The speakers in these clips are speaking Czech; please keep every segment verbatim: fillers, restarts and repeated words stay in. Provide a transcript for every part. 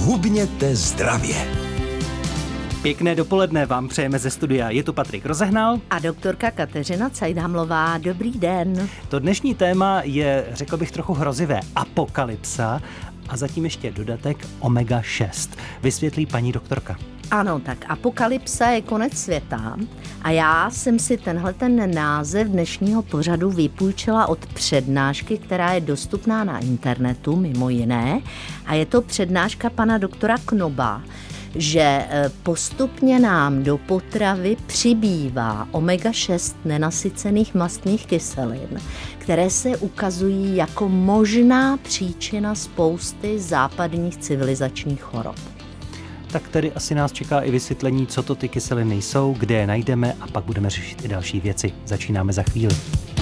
Hubněte zdravě. Pěkné dopoledne vám přejeme ze studia. Je tu Patrik Rozehnal a doktorka Kateřina Cajdámlová. Dobrý den. To dnešní téma je, řekl bych, trochu hrozivé. Apokalypsa a zatím ještě dodatek omega šest. Vysvětlí paní doktorka. Ano, tak apokalypsa je konec světa a já jsem si tenhle ten název dnešního pořadu vypůjčila od přednášky, která je dostupná na internetu, mimo jiné, a je to přednáška pana doktora Knoba, že postupně nám do potravy přibývá omega šest nenasycených mastných kyselin, které se ukazují jako možná příčina spousty západních civilizačních chorob. Tak tedy asi nás čeká i vysvětlení, co to ty kyseliny jsou, kde je najdeme a pak budeme řešit i další věci. Začínáme za chvíli.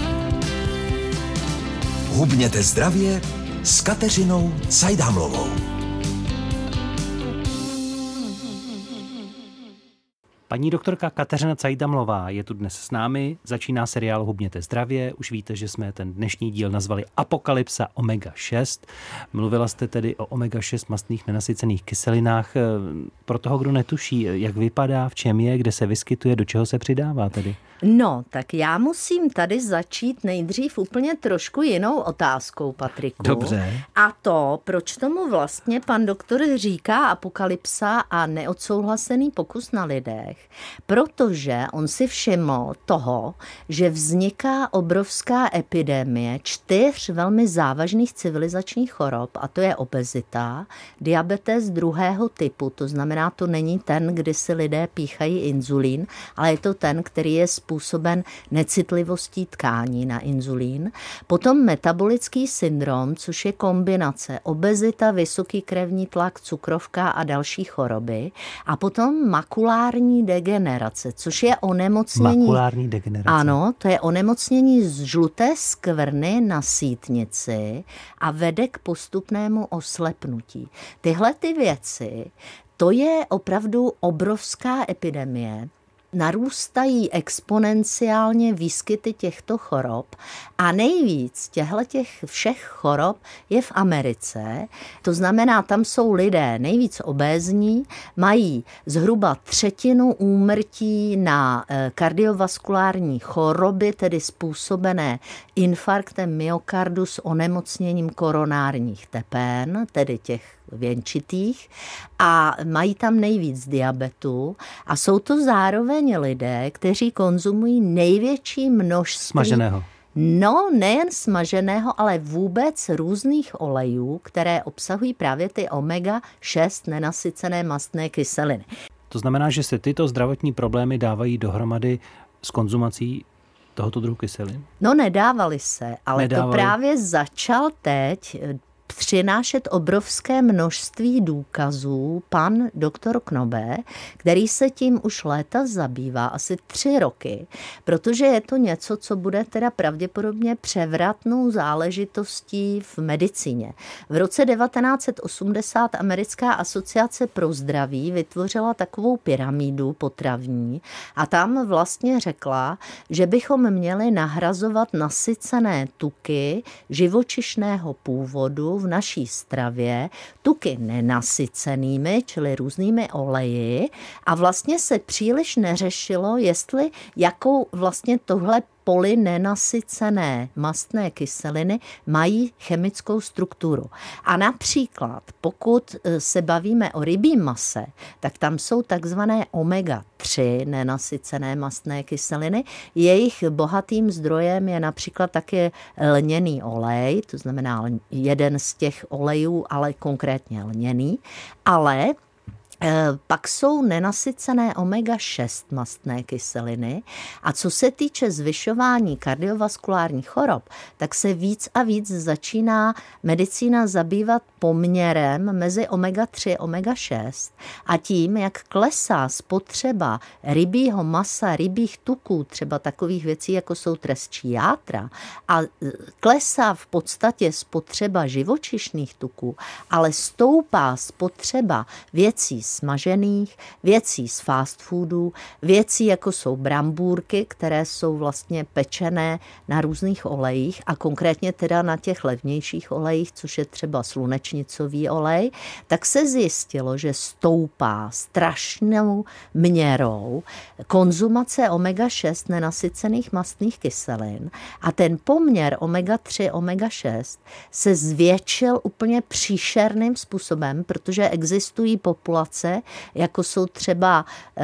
Hubněte zdravě s Kateřinou Cajdámlovou. Paní doktorka Kateřina Cajdámlová je tu dnes s námi, začíná seriál Hubněte zdravě. Už víte, že jsme ten dnešní díl nazvali Apokalypsa omega šest. Mluvila jste tedy o omega šest mastných nenasycených kyselinách. Pro toho, kdo netuší, jak vypadá, v čem je, kde se vyskytuje, do čeho se přidává tedy? No, tak já musím tady začít nejdřív úplně trošku jinou otázkou, Patriku. Dobře. A to, proč tomu vlastně pan doktor říká apokalypsa a neodsouhlasený pokus na lidech? Protože on si všiml toho, že vzniká obrovská epidemie čtyř velmi závažných civilizačních chorob, a to je obezita, diabetes druhého typu, to znamená, to není ten, kdy si lidé píchají inzulín, ale je to ten, který je způsoben necitlivostí tkání na inzulín. Potom metabolický syndrom, což je kombinace obezita, vysoký krevní tlak, cukrovka a další choroby. A potom makulární degenerace, což je onemocnění... Makulární degenerace. Ano, to je onemocnění z žluté skvrny na sítnici a vede k postupnému oslepnutí. Tyhle ty věci, to je opravdu obrovská epidemie. Narůstají exponenciálně výskyty těchto chorob a nejvíc těchto všech chorob je v Americe. To znamená, tam jsou lidé nejvíc obézní, mají zhruba třetinu úmrtí na kardiovaskulární choroby, tedy způsobené infarktem myokardu s onemocněním koronárních tepén, tedy těch věnčitých, a mají tam nejvíc diabetu a jsou to zároveň lidé, kteří konzumují největší množství smaženého. No, nejen smaženého, ale vůbec různých olejů, které obsahují právě ty omega šest nenasycené mastné kyseliny. To znamená, že se tyto zdravotní problémy dávají dohromady s konzumací tohoto druhu kyselin? No, nedávali se, ale nedávali. To právě začal teď přinášet obrovské množství důkazů pan doktor Knobe, který se tím už léta zabývá, asi tři roky, protože je to něco, co bude teda pravděpodobně převratnou záležitostí v medicíně. V roce devatenáct set osmdesát Americká asociace pro zdraví vytvořila takovou pyramidu potravní a tam vlastně řekla, že bychom měli nahrazovat nasycené tuky živočišného původu v naší stravě tuky nenasycenými, čili různými oleji, a vlastně se příliš neřešilo, jestli jakou vlastně tohle polynenasycené mastné kyseliny mají chemickou strukturu. A například, pokud se bavíme o rybím mase, tak tam jsou takzvané omega tři nenasycené mastné kyseliny. Jejich bohatým zdrojem je například také lněný olej, to znamená jeden z těch olejů, ale konkrétně lněný, ale pak jsou nenasycené omega šest mastné kyseliny a co se týče zvyšování kardiovaskulárních chorob, tak se víc a víc začíná medicína zabývat poměrem mezi omega tři a omega šest a tím, jak klesá spotřeba rybího masa, rybích tuků, třeba takových věcí, jako jsou trestčí játra, a klesá v podstatě spotřeba živočišných tuků, ale stoupá spotřeba věcí smažených, věcí z fast foodů, věcí jako jsou brambůrky, které jsou vlastně pečené na různých olejích a konkrétně teda na těch levnějších olejích, což je třeba slunečnicový olej, tak se zjistilo, že stoupá strašnou měrou konzumace omega šest nenasycených mastných kyselin a ten poměr omega tři, omega šest se zvětšil úplně příšerným způsobem, protože existují populace, jako jsou třeba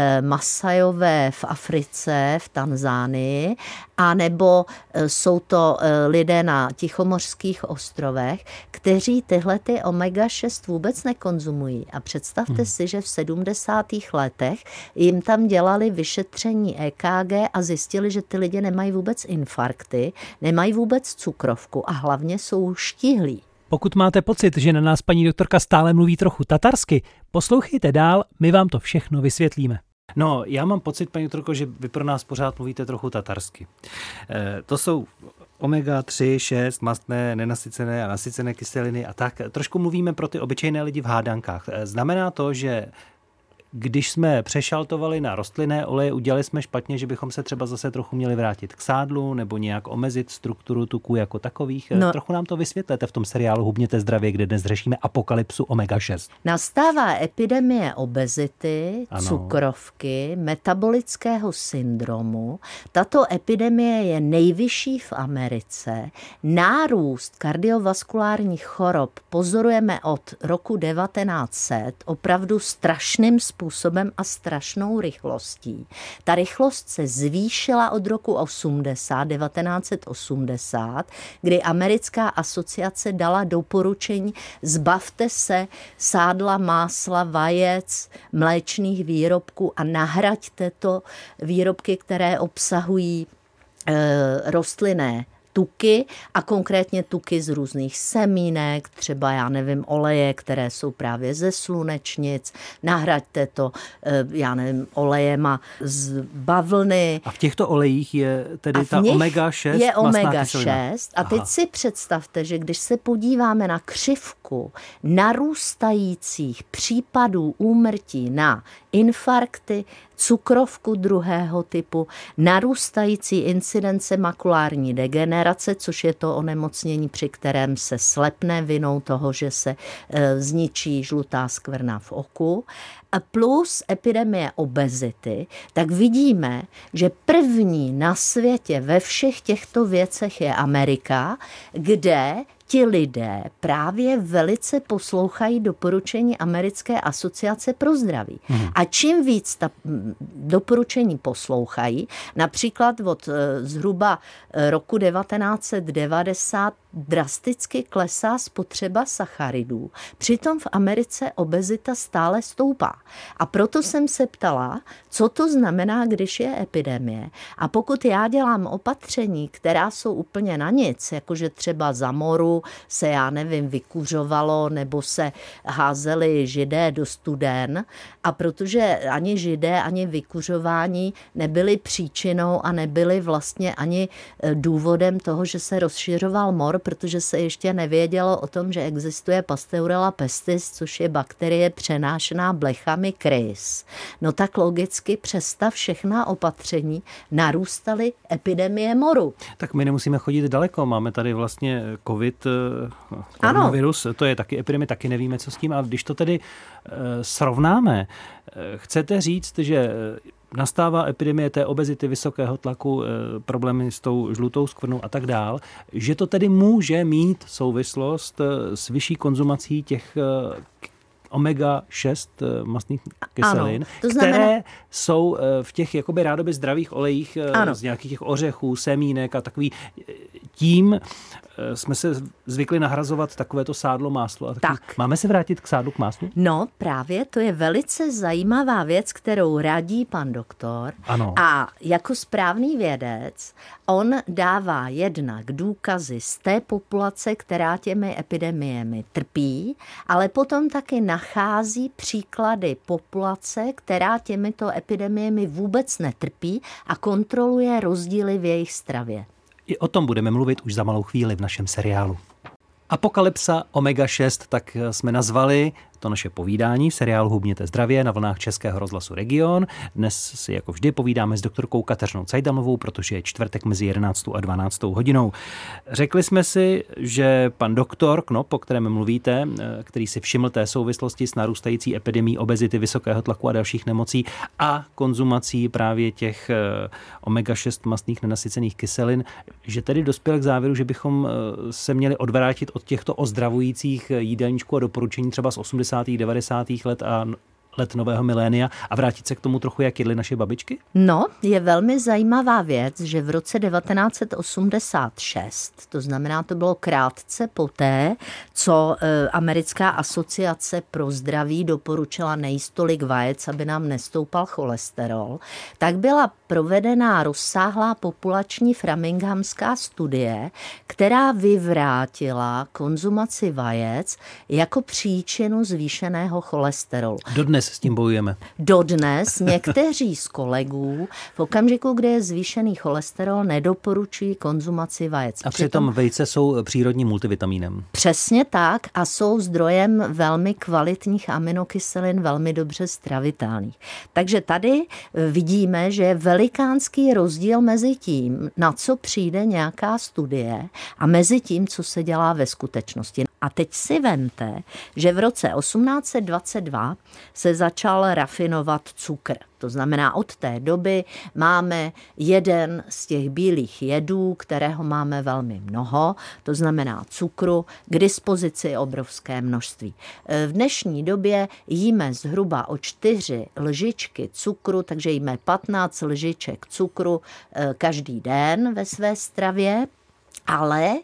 Masajové v Africe, v Tanzánii, a nebo jsou to lidé na Tichomořských ostrovech, kteří tyhle ty omega šest vůbec nekonzumují. A představte hmm. si, že v sedmdesátých letech jim tam dělali vyšetření E K G a zjistili, že ty lidi nemají vůbec infarkty, nemají vůbec cukrovku a hlavně jsou štíhlí. Pokud máte pocit, že na nás paní doktorka stále mluví trochu tatarsky, poslouchejte dál, my vám to všechno vysvětlíme. No, já mám pocit, paní doktorko, že vy pro nás pořád mluvíte trochu tatarsky. E, to jsou omega tři, šest, mastné, nenasycené a nasycené kyseliny a tak. Trošku mluvíme pro ty obyčejné lidi v hádankách. E, znamená to, že když jsme přešaltovali na rostlinné oleje, udělali jsme špatně, že bychom se třeba zase trochu měli vrátit k sádlu nebo nějak omezit strukturu tuků jako takových. No, trochu nám to vysvětlete v tom seriálu Hubněte zdravě, kde dnes řešíme apokalypsu omega šest. Nastává epidemie obezity, ano. cukrovky, metabolického syndromu. Tato epidemie je nejvyšší v Americe. Nárůst kardiovaskulárních chorob pozorujeme od roku devatenáct set opravdu strašným způsobem. způsobem a strašnou rychlostí. Ta rychlost se zvýšila od roku osmdesát, devatenáct set osmdesát, kdy americká asociace dala doporučení zbavte se sádla, másla, vajec, mléčných výrobků a nahraďte to výrobky, které obsahují e, rostlinné tuky a konkrétně tuky z různých semínek, třeba já nevím, oleje, které jsou právě ze slunečnic, nahraďte to, já nevím, olejema z bavlny. A v těchto olejích je tedy ta omega šest je omega šest a teď Aha. si představte, že když se podíváme na křivku narůstajících případů úmrtí na infarkty, cukrovku druhého typu, narůstající incidence makulární degenerace, což je to onemocnění, při kterém se slepne vinou toho, že se e, zničí žlutá skvrna v oku, a plus epidemie obezity, tak vidíme, že první na světě ve všech těchto věcech je Amerika, kde ti lidé právě velice poslouchají doporučení Americké asociace pro zdraví. Hmm. A čím víc ta doporučení poslouchají, například od zhruba roku devatenáct set devadesát drasticky klesá spotřeba sacharidů. Přitom v Americe obezita stále stoupá. A proto jsem se ptala, co to znamená, když je epidemie. A pokud já dělám opatření, která jsou úplně na nic, jakože třeba za moru se, já nevím, vykuřovalo nebo se házeli židé do studen, a protože ani židé, ani vykuřování nebyly příčinou a nebyly vlastně ani důvodem toho, že se rozšiřoval mor, protože se ještě nevědělo o tom, že existuje Pasteurella pestis, což je bakterie přenášená blechami krys. No tak logicky přes ta všechna opatření narůstaly epidemie moru. Tak my nemusíme chodit daleko, máme tady vlastně covid, koronavirus, ano. To je taky epidemie, taky nevíme, co s tím, a když to tedy srovnáme, chcete říct, že nastává epidemie té obezity, vysokého tlaku, problémy s tou žlutou skvrnou a tak dál, že to tedy může mít souvislost s vyšší konzumací těch omega šest mastných kyselin, ano, znamená... které jsou v těch jakoby rádoby zdravých olejích ano. z nějakých těch ořechů, semínek a takový. Tím jsme se zvykli nahrazovat takovéto sádlo, máslo. A tak. Máme se vrátit k sádlu, k máslu? No právě, to je velice zajímavá věc, kterou radí pan doktor. Ano. A jako správný vědec, on dává jednak důkazy z té populace, která těmi epidemiemi trpí, ale potom taky nachází příklady populace, která těmito epidemiemi vůbec netrpí a kontroluje rozdíly v jejich stravě. I o tom budeme mluvit už za malou chvíli v našem seriálu. Apokalypsa omega šest, tak jsme nazvali to naše povídání v seriálu Hubněte zdravě na vlnách Českého rozhlasu Region. Dnes si jako vždy povídáme s doktorkou Kateřinou Cajdamovou, protože je čtvrtek mezi jedenáctou a dvanáctou hodinou. Řekli jsme si, že pan doktor Knob, o kterém mluvíte, který si všiml té souvislosti s narůstající epidemií obezity, vysokého tlaku a dalších nemocí a konzumací právě těch omega šest mastných nenasycených kyselin, že tedy dospěl k závěru, že bychom se měli odvrátit od těchto ozdravujících jídelníčků a doporučení třeba z osmdesátých devadesátých let a let nového milénia a vrátit se k tomu trochu, jak jedly naše babičky? No, je velmi zajímavá věc, že v roce devatenáct set osmdesát šest, to znamená, to bylo krátce poté, co e, Americká asociace pro zdraví doporučila nejíst tolik vajec, aby nám nestoupal cholesterol, tak byla provedená rozsáhlá populační framinghamská studie, která vyvrátila konzumaci vajec jako příčinu zvýšeného cholesterolu. Dodnes s tím bojujeme. Dodnes někteří z kolegů v okamžiku, kde je zvýšený cholesterol, nedoporučují konzumaci vajec. A přitom vejce jsou přírodním multivitamínem. Přesně tak a jsou zdrojem velmi kvalitních aminokyselin, velmi dobře stravitelných. Takže tady vidíme, že je velikánský rozdíl mezi tím, na co přijde nějaká studie a mezi tím, co se dělá ve skutečnosti. A teď si vemte, že v roce osmnáct set dvacet dva se začal rafinovat cukr. To znamená, od té doby máme jeden z těch bílých jedů, kterého máme velmi mnoho, to znamená cukru, k dispozici obrovské množství. V dnešní době jíme zhruba o čtyři lžičky cukru, takže jíme patnáct lžiček cukru každý den ve své stravě, ale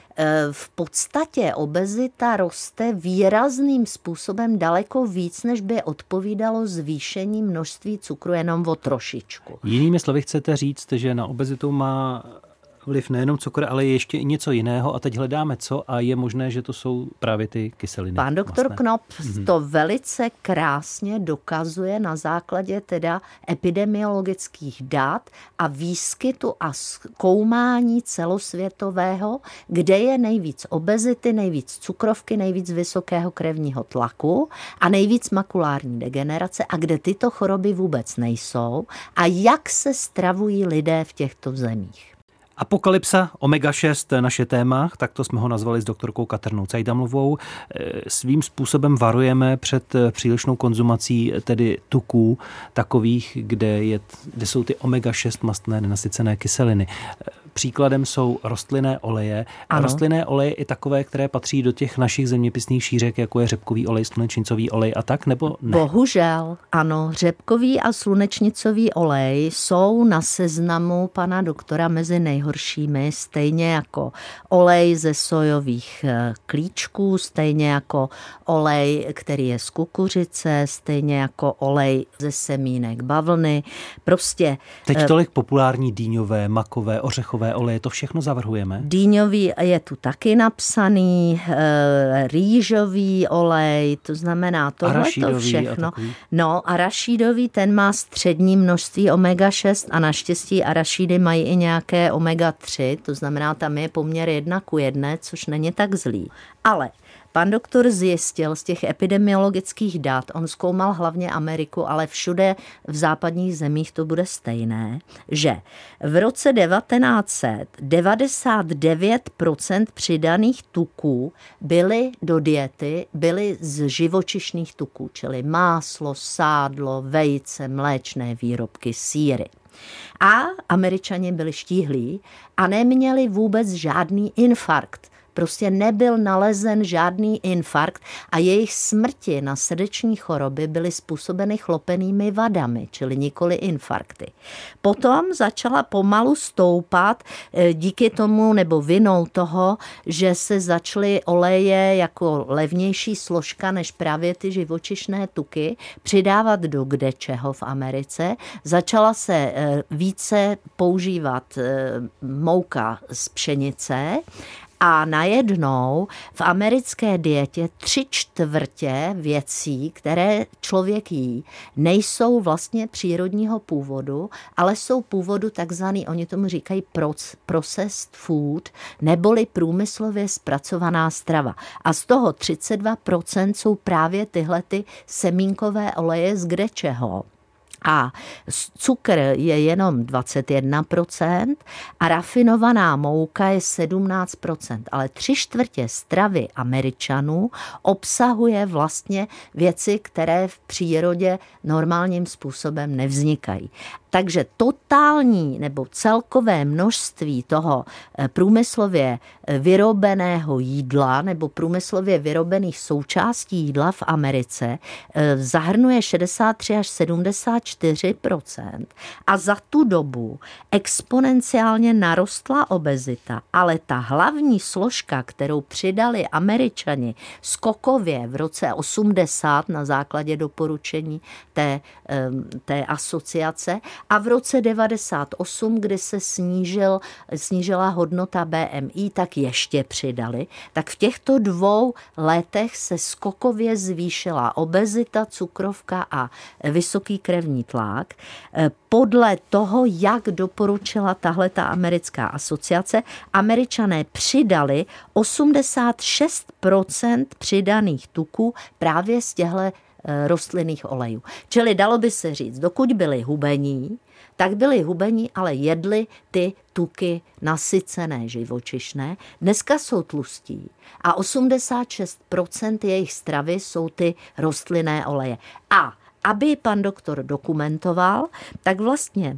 v podstatě obezita roste výrazným způsobem daleko víc, než by odpovídalo zvýšení množství cukru jenom o trošičku. Jinými slovy chcete říct, že na obezitu má vliv nejenom cukr, ale ještě i něco jiného a teď hledáme co a je možné, že to jsou právě ty kyseliny. Pán doktor masné. Knob mm-hmm. to velice krásně dokazuje na základě teda epidemiologických dat a výskytu a zkoumání celosvětového, kde je nejvíc obezity, nejvíc cukrovky, nejvíc vysokého krevního tlaku a nejvíc makulární degenerace a kde tyto choroby vůbec nejsou a jak se stravují lidé v těchto zemích. Apokalypsa omega šest, naše téma, tak to jsme ho nazvali s doktorkou Kateřinou Cajdamovou. Svým způsobem varujeme před přílišnou konzumací tedy tuků takových, kde, je, kde jsou ty omega šest mastné nenasycené kyseliny. Příkladem jsou rostlinné oleje. A rostlinné oleje i takové, které patří do těch našich zeměpisných šířek, jako je řepkový olej, slunečnicový olej a tak, nebo ne? Bohužel, ano. Řepkový a slunečnicový olej jsou na seznamu pana doktora mezi nejhoršími, stejně jako olej ze sojových klíčků, stejně jako olej, který je z kukuřice, stejně jako olej ze semínek bavlny. Prostě... Teď tolik populární dýňové, makové, ořechové oleje, to všechno zavrhujeme? Dýňový je tu taky napsaný, e, rýžový olej, to znamená tohle to všechno. A no, arašídový, ten má střední množství omega šest a naštěstí arašídy mají i nějaké omega tři, to znamená, tam je poměr jedna ku jedné, což není tak zlý. Ale pan doktor zjistil z těch epidemiologických dat, on zkoumal hlavně Ameriku, ale všude v západních zemích to bude stejné, že v roce devatenáct set devadesát devět procent přidaných tuků byly do diety, byly z živočišných tuků, čili máslo, sádlo, vejce, mléčné výrobky, sýry. A Američani byli štíhlí a neměli vůbec žádný infarkt. Prostě nebyl nalezen žádný infarkt a jejich smrti na srdeční choroby byly způsobeny chlopenými vadami, čili nikoli infarkty. Potom začala pomalu stoupat díky tomu nebo vinou toho, že se začaly oleje jako levnější složka než právě ty živočišné tuky přidávat do kdečeho v Americe. Začala se více používat mouka z pšenice A najednou v americké dietě tři čtvrtě věcí, které člověk jí, nejsou vlastně přírodního původu, ale jsou původu takzvaný, oni tomu říkají processed food, neboli průmyslově zpracovaná strava. A z toho třicet dva procent jsou právě tyhle ty semínkové oleje z kdečeho. A cukr je jenom dvacet jedna procent a rafinovaná mouka je sedmnáct procent. Ale tři čtvrtě stravy Američanů obsahuje vlastně věci, které v přírodě normálním způsobem nevznikají. Takže totální nebo celkové množství toho průmyslově vyrobeného jídla nebo průmyslově vyrobených součástí jídla v Americe zahrnuje šedesát tři až sedmdesát čtyři procent a za tu dobu exponenciálně narostla obezita, ale ta hlavní složka, kterou přidali Američani skokově v roce osmdesát na základě doporučení té, té asociace, a v roce devadesát osm, kdy se snížil, snížila hodnota B M I, tak ještě přidali. Tak v těchto dvou letech se skokově zvýšila obezita, cukrovka a vysoký krevní tlak. Podle toho, jak doporučila tahle ta americká asociace, Američané přidali osmdesát šest procent přidaných tuků právě z těchto rostlinných olejů. Čili dalo by se říct, dokud byli hubení, tak byli hubení, ale jedli ty tuky nasycené živočišné. Dneska jsou tlustí a osmdesát šest procent jejich stravy jsou ty rostlinné oleje. A aby pan doktor dokumentoval, tak vlastně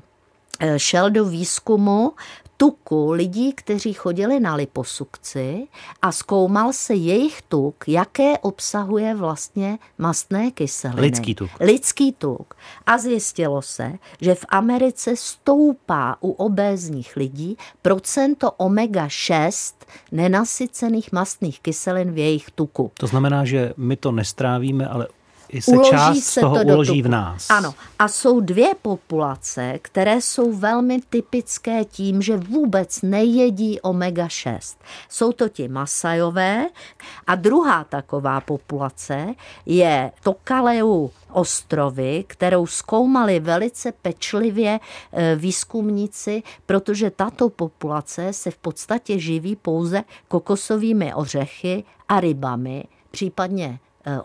šel do výzkumu tuku lidí, kteří chodili na liposukci a zkoumal se jejich tuk, jaké obsahuje vlastně mastné kyseliny. Lidský tuk. Lidský tuk. A zjistilo se, že v Americe stoupá u obézních lidí procento omega šest nenasycených mastných kyselin v jejich tuku. To znamená, že my to nestrávíme, ale i se uloží část se z toho to uloží do v nás. Ano. A jsou dvě populace, které jsou velmi typické tím, že vůbec nejedí omega šest. Jsou to ti Masajové a druhá taková populace je Tokaleu ostrovy, kterou zkoumali velice pečlivě výzkumníci, protože tato populace se v podstatě živí pouze kokosovými ořechy a rybami, případně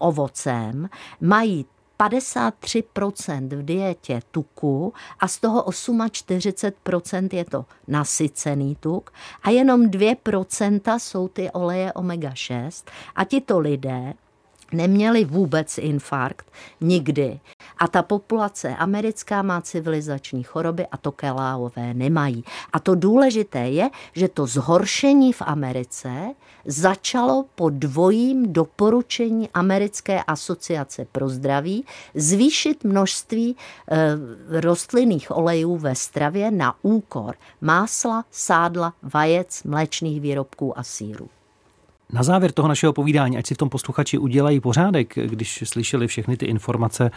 ovocem, mají padesát tři procent v dietě tuku a z toho čtyřicet osm procent je to nasycený tuk a jenom dvě procenta jsou ty oleje omega šest a tito lidé neměli vůbec infarkt, nikdy. A ta populace americká má civilizační choroby a Tokalauové nemají. A to důležité je, že to zhoršení v Americe začalo po dvojím doporučení Americké asociace pro zdraví zvýšit množství e, rostlinných olejů ve stravě na úkor másla, sádla, vajec, mléčných výrobků a sýrů. Na závěr toho našeho povídání, ať si v tom posluchači udělají pořádek, když slyšeli všechny ty informace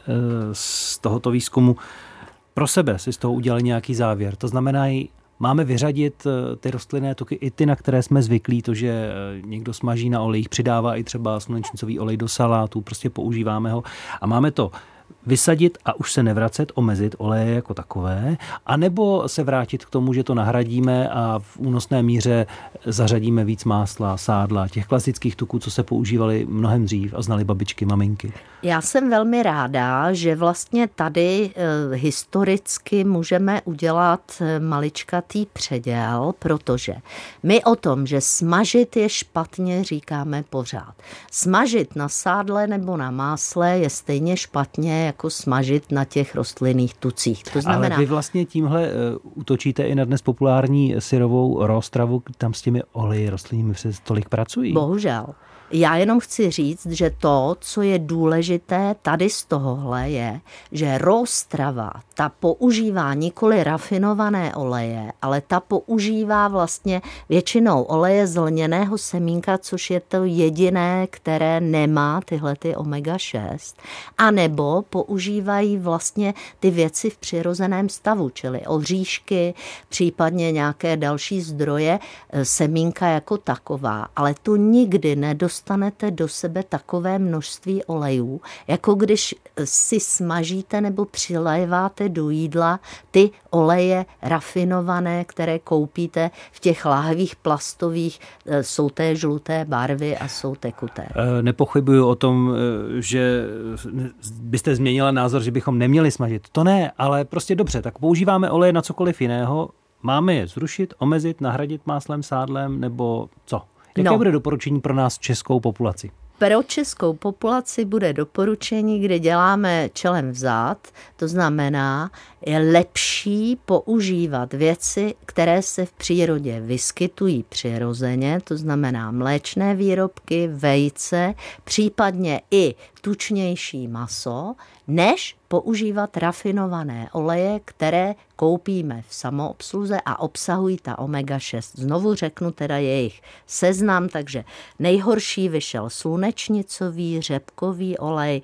z tohoto výzkumu, pro sebe si z toho udělali nějaký závěr. To znamená, máme vyřadit ty rostlinné tuky i ty, na které jsme zvyklí, to, že někdo smaží na olejích, přidává i třeba slunečnicový olej do salátu, prostě používáme ho a máme to vysadit a už se nevracet, omezit oleje jako takové, anebo se vrátit k tomu, že to nahradíme a v únosné míře zařadíme víc másla, sádla, těch klasických tuků, co se používali mnohem dřív a znali babičky, maminky. Já jsem velmi ráda, že vlastně tady e, historicky můžeme udělat maličkatý předěl, protože my o tom, že smažit je špatně, říkáme pořád. Smažit na sádle nebo na másle je stejně špatně, jako smažit na těch rostlinných tucích. To znamená... Ale vy vlastně tímhle útočíte i na dnes populární syrovou raw stravu, tam s těmi oleji rostlinnými se tolik pracují. Bohužel. Já jenom chci říct, že to, co je důležité tady z tohohle je, že raw strava, ta používá nikoli rafinované oleje, ale ta používá vlastně většinou oleje z lněného semínka, což je to jediné, které nemá tyhle ty omega šest, anebo používají vlastně ty věci v přirozeném stavu, čili oříšky, případně nějaké další zdroje, semínka jako taková, ale to nikdy nedostanete do sebe takové množství olejů, jako když si smažíte nebo přiléváte do jídla ty oleje rafinované, které koupíte v těch lahvích plastových, jsou té žluté barvy a jsou tekuté. Nepochybuju o tom, že byste změnila názor, že bychom neměli smažit. To ne, ale prostě dobře, tak používáme oleje na cokoliv jiného. Máme je zrušit, omezit, nahradit máslem, sádlem nebo co? Jaké no. bude doporučení pro nás českou populaci? Pro českou populaci bude doporučení, kde děláme čelem vzad, to znamená, je lepší používat věci, které se v přírodě vyskytují přirozeně, to znamená mléčné výrobky, vejce, případně i tučnější maso, než používat rafinované oleje, které koupíme v samoobsluze a obsahují ta omega šest. Znovu řeknu teda jejich seznam, takže nejhorší vyšel slunečnicový, řepkový olej,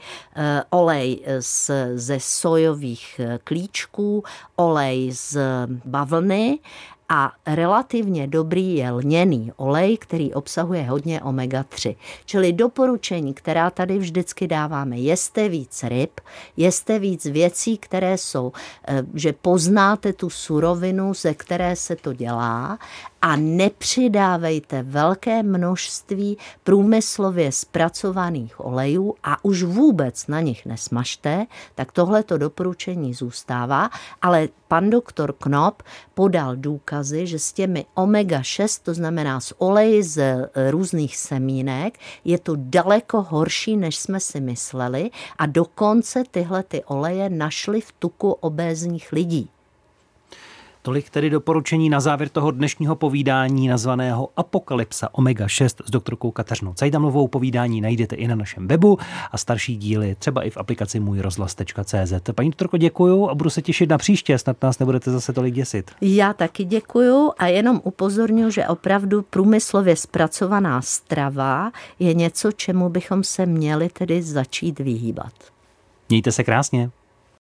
olej z, ze sojových klíčků, olej z bavlny, a relativně dobrý je lněný olej, který obsahuje hodně omega tři. Čili doporučení, která tady vždycky dáváme, jeste víc ryb, jeste víc věcí, které jsou, že poznáte tu surovinu, ze které se to dělá, a nepřidávejte velké množství průmyslově zpracovaných olejů a už vůbec na nich nesmažte, tak tohleto doporučení zůstává, ale pan doktor Knob podal důkazy, že s těmi omega šest, to znamená z oleji z různých semínek, je to daleko horší, než jsme si mysleli, a dokonce tyhle ty oleje našly v tuku obézních lidí. Tolik tedy doporučení na závěr toho dnešního povídání nazvaného Apokalypsa omega šest s doktorkou Kateřinou Cajdamlovou. Povídání najdete i na našem webu a starší díly třeba i v aplikaci můj rozhlas tečka cé zet. Paní doktorko, děkuju a budu se těšit na příště, snad nás nebudete zase tolik děsit. Já taky děkuju a jenom upozorňuji, že opravdu průmyslově zpracovaná strava je něco, čemu bychom se měli tedy začít vyhýbat. Mějte se krásně.